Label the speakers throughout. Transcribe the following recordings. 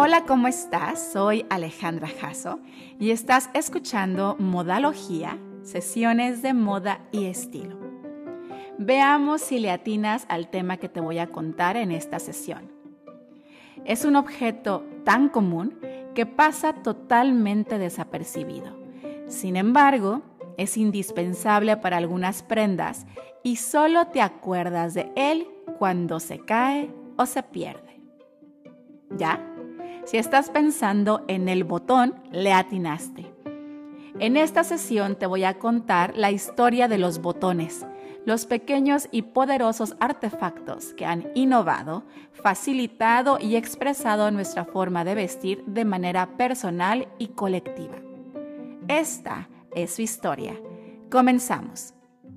Speaker 1: Hola, ¿cómo estás? Soy Alejandra Jasso y estás escuchando Modalogía, sesiones de moda y estilo. Veamos si le atinas al tema que te voy a contar en esta sesión. Es un objeto tan común que pasa totalmente desapercibido. Sin embargo, es indispensable para algunas prendas y solo te acuerdas de él cuando se cae o se pierde. ¿Ya? Si estás pensando en el botón, le atinaste. En esta sesión te voy a contar la historia de los botones, los pequeños y poderosos artefactos que han innovado, facilitado y expresado nuestra forma de vestir de manera personal y colectiva. Esta es su historia. Comenzamos.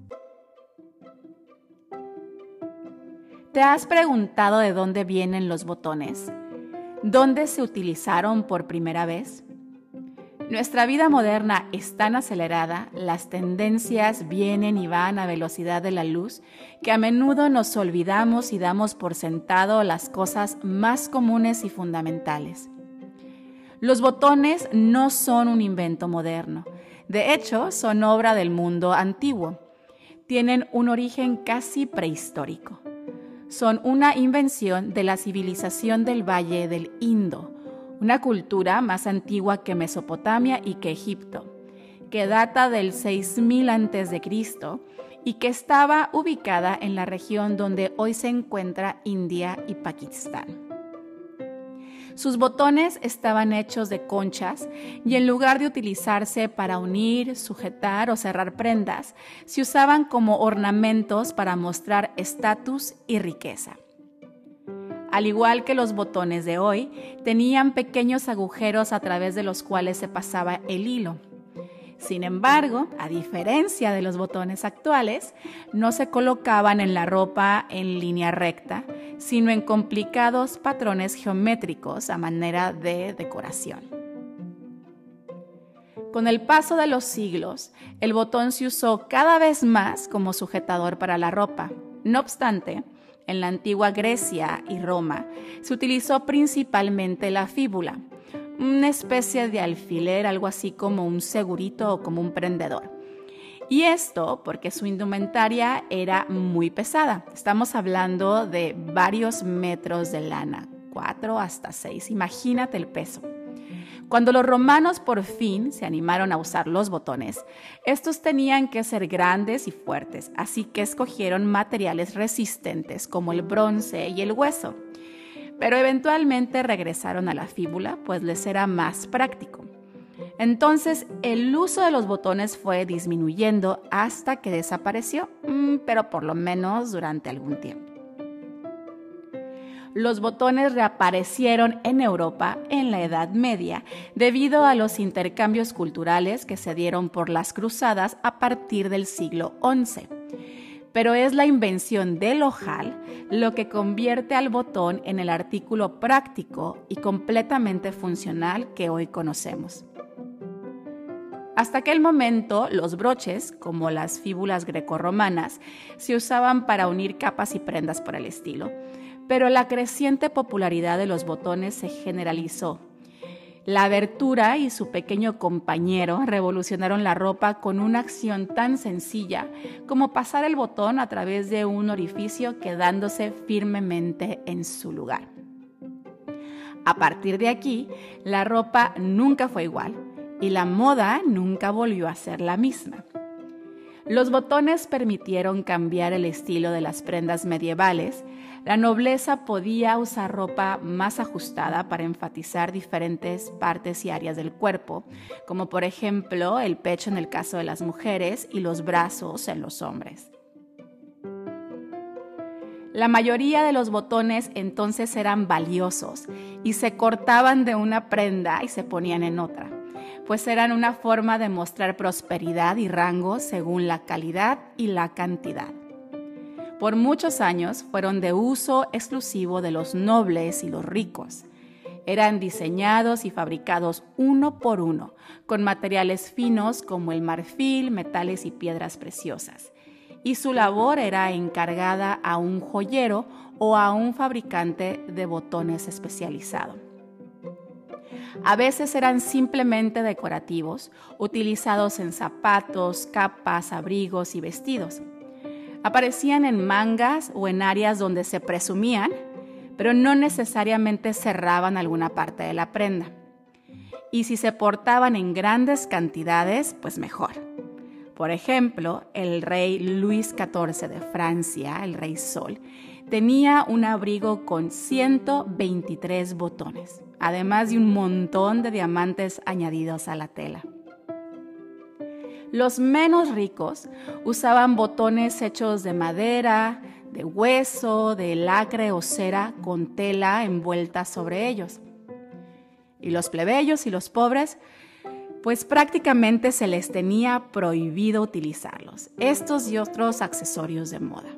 Speaker 1: ¿Te has preguntado de dónde vienen los botones? ¿Dónde se utilizaron por primera vez? Nuestra vida moderna es tan acelerada, las tendencias vienen y van a velocidad de la luz, que a menudo nos olvidamos y damos por sentado las cosas más comunes y fundamentales. Los botones no son un invento moderno. De hecho, son obra del mundo antiguo. Tienen un origen casi prehistórico. Son una invención de la civilización del Valle del Indo, una cultura más antigua que Mesopotamia y que Egipto, que data del 6000 a.C. y que estaba ubicada en la región donde hoy se encuentra India y Pakistán. Sus botones estaban hechos de conchas y en lugar de utilizarse para unir, sujetar o cerrar prendas, se usaban como ornamentos para mostrar estatus y riqueza. Al igual que los botones de hoy, tenían pequeños agujeros a través de los cuales se pasaba el hilo. Sin embargo, a diferencia de los botones actuales, no se colocaban en la ropa en línea recta, sino en complicados patrones geométricos a manera de decoración. Con el paso de los siglos, el botón se usó cada vez más como sujetador para la ropa. No obstante, en la antigua Grecia y Roma se utilizó principalmente la fíbula, una especie de alfiler, algo así como un segurito o como un prendedor. Y esto porque su indumentaria era muy pesada. Estamos hablando de varios metros de lana, 4 hasta 6. Imagínate el peso. Cuando los romanos por fin se animaron a usar los botones, estos tenían que ser grandes y fuertes, así que escogieron materiales resistentes como el bronce y el hueso. Pero eventualmente regresaron a la fíbula, pues les era más práctico. Entonces, el uso de los botones fue disminuyendo hasta que desapareció, pero por lo menos durante algún tiempo. Los botones reaparecieron en Europa en la Edad Media debido a los intercambios culturales que se dieron por las cruzadas a partir del siglo XI. Pero es la invención del ojal lo que convierte al botón en el artículo práctico y completamente funcional que hoy conocemos. Hasta aquel momento, los broches, como las fíbulas grecorromanas, se usaban para unir capas y prendas por el estilo, pero la creciente popularidad de los botones se generalizó. La abertura y su pequeño compañero revolucionaron la ropa con una acción tan sencilla como pasar el botón a través de un orificio quedándose firmemente en su lugar. A partir de aquí, la ropa nunca fue igual y la moda nunca volvió a ser la misma. Los botones permitieron cambiar el estilo de las prendas medievales. La nobleza podía usar ropa más ajustada para enfatizar diferentes partes y áreas del cuerpo, como por ejemplo el pecho en el caso de las mujeres y los brazos en los hombres. La mayoría de los botones entonces eran valiosos y se cortaban de una prenda y se ponían en otra, pues eran una forma de mostrar prosperidad y rango según la calidad y la cantidad. Por muchos años fueron de uso exclusivo de los nobles y los ricos. Eran diseñados y fabricados uno por uno, con materiales finos como el marfil, metales y piedras preciosas. Y su labor era encargada a un joyero o a un fabricante de botones especializado. A veces eran simplemente decorativos, utilizados en zapatos, capas, abrigos y vestidos. Aparecían en mangas o en áreas donde se presumían, pero no necesariamente cerraban alguna parte de la prenda. Y si se portaban en grandes cantidades, pues mejor. Por ejemplo, el rey Luis XIV de Francia, el rey Sol, tenía un abrigo con 123 botones, además de un montón de diamantes añadidos a la tela. Los menos ricos usaban botones hechos de madera, de hueso, de lacre o cera con tela envuelta sobre ellos. Y los plebeyos y los pobres, pues prácticamente se les tenía prohibido utilizarlos, estos y otros accesorios de moda.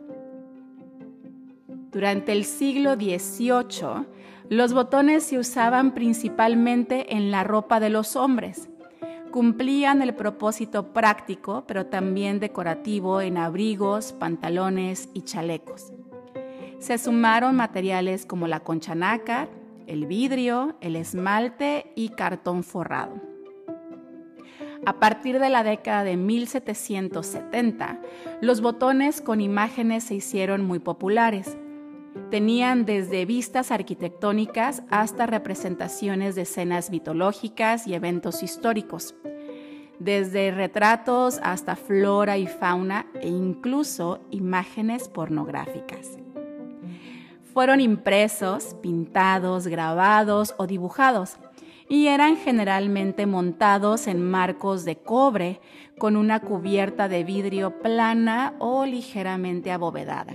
Speaker 1: Durante el siglo XVIII, los botones se usaban principalmente en la ropa de los hombres. Cumplían el propósito práctico, pero también decorativo en abrigos, pantalones y chalecos. Se sumaron materiales como la concha nácar, el vidrio, el esmalte y cartón forrado. A partir de la década de 1770, los botones con imágenes se hicieron muy populares. Tenían desde vistas arquitectónicas hasta representaciones de escenas mitológicas y eventos históricos, desde retratos hasta flora y fauna e incluso imágenes pornográficas. Fueron impresos, pintados, grabados o dibujados y eran generalmente montados en marcos de cobre con una cubierta de vidrio plana o ligeramente abovedada.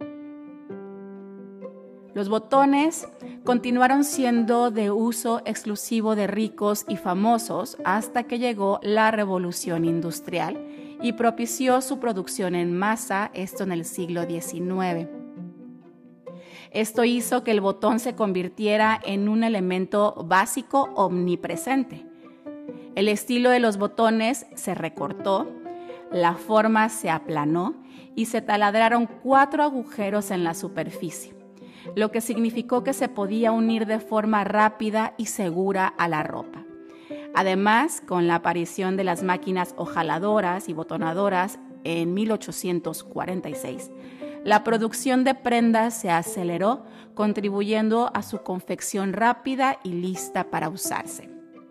Speaker 1: Los botones continuaron siendo de uso exclusivo de ricos y famosos hasta que llegó la Revolución Industrial y propició su producción en masa, esto en el siglo XIX. Esto hizo que el botón se convirtiera en un elemento básico omnipresente. El estilo de los botones se recortó, la forma se aplanó y se taladraron 4 agujeros en la superficie, lo que significó que se podía unir de forma rápida y segura a la ropa. Además, con la aparición de las máquinas hojaladoras y botonadoras en 1846, la producción de prendas se aceleró, contribuyendo a su confección rápida y lista para usarse.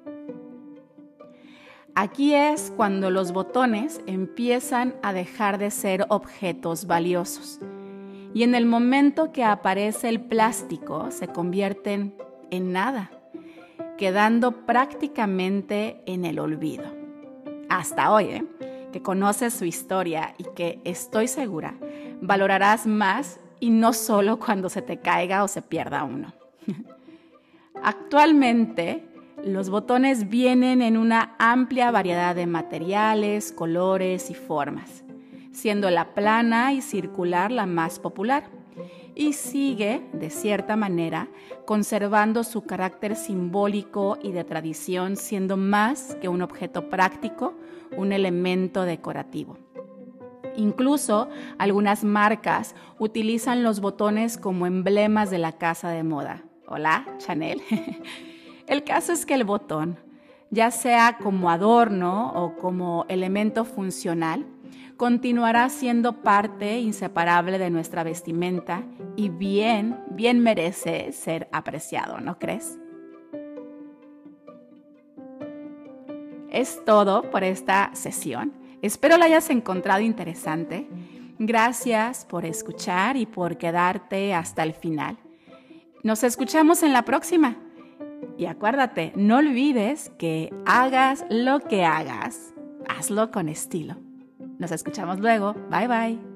Speaker 1: Aquí es cuando los botones empiezan a dejar de ser objetos valiosos y en el momento que aparece el plástico se convierten en nada, quedando prácticamente en el olvido. Hasta hoy, que conoces su historia y que estoy segura valorarás más y no solo cuando se te caiga o se pierda uno. Actualmente, los botones vienen en una amplia variedad de materiales, colores y formas, siendo la plana y circular la más popular, y sigue, de cierta manera, conservando su carácter simbólico y de tradición, siendo más que un objeto práctico, un elemento decorativo. Incluso algunas marcas utilizan los botones como emblemas de la casa de moda. Hola, Chanel. El caso es que el botón, ya sea como adorno o como elemento funcional, continuará siendo parte inseparable de nuestra vestimenta y bien merece ser apreciado, ¿no crees? Es todo por esta sesión. Espero la hayas encontrado interesante. Gracias por escuchar y por quedarte hasta el final. Nos escuchamos en la próxima. Y acuérdate, no olvides que hagas lo que hagas, hazlo con estilo. Nos escuchamos luego. Bye bye.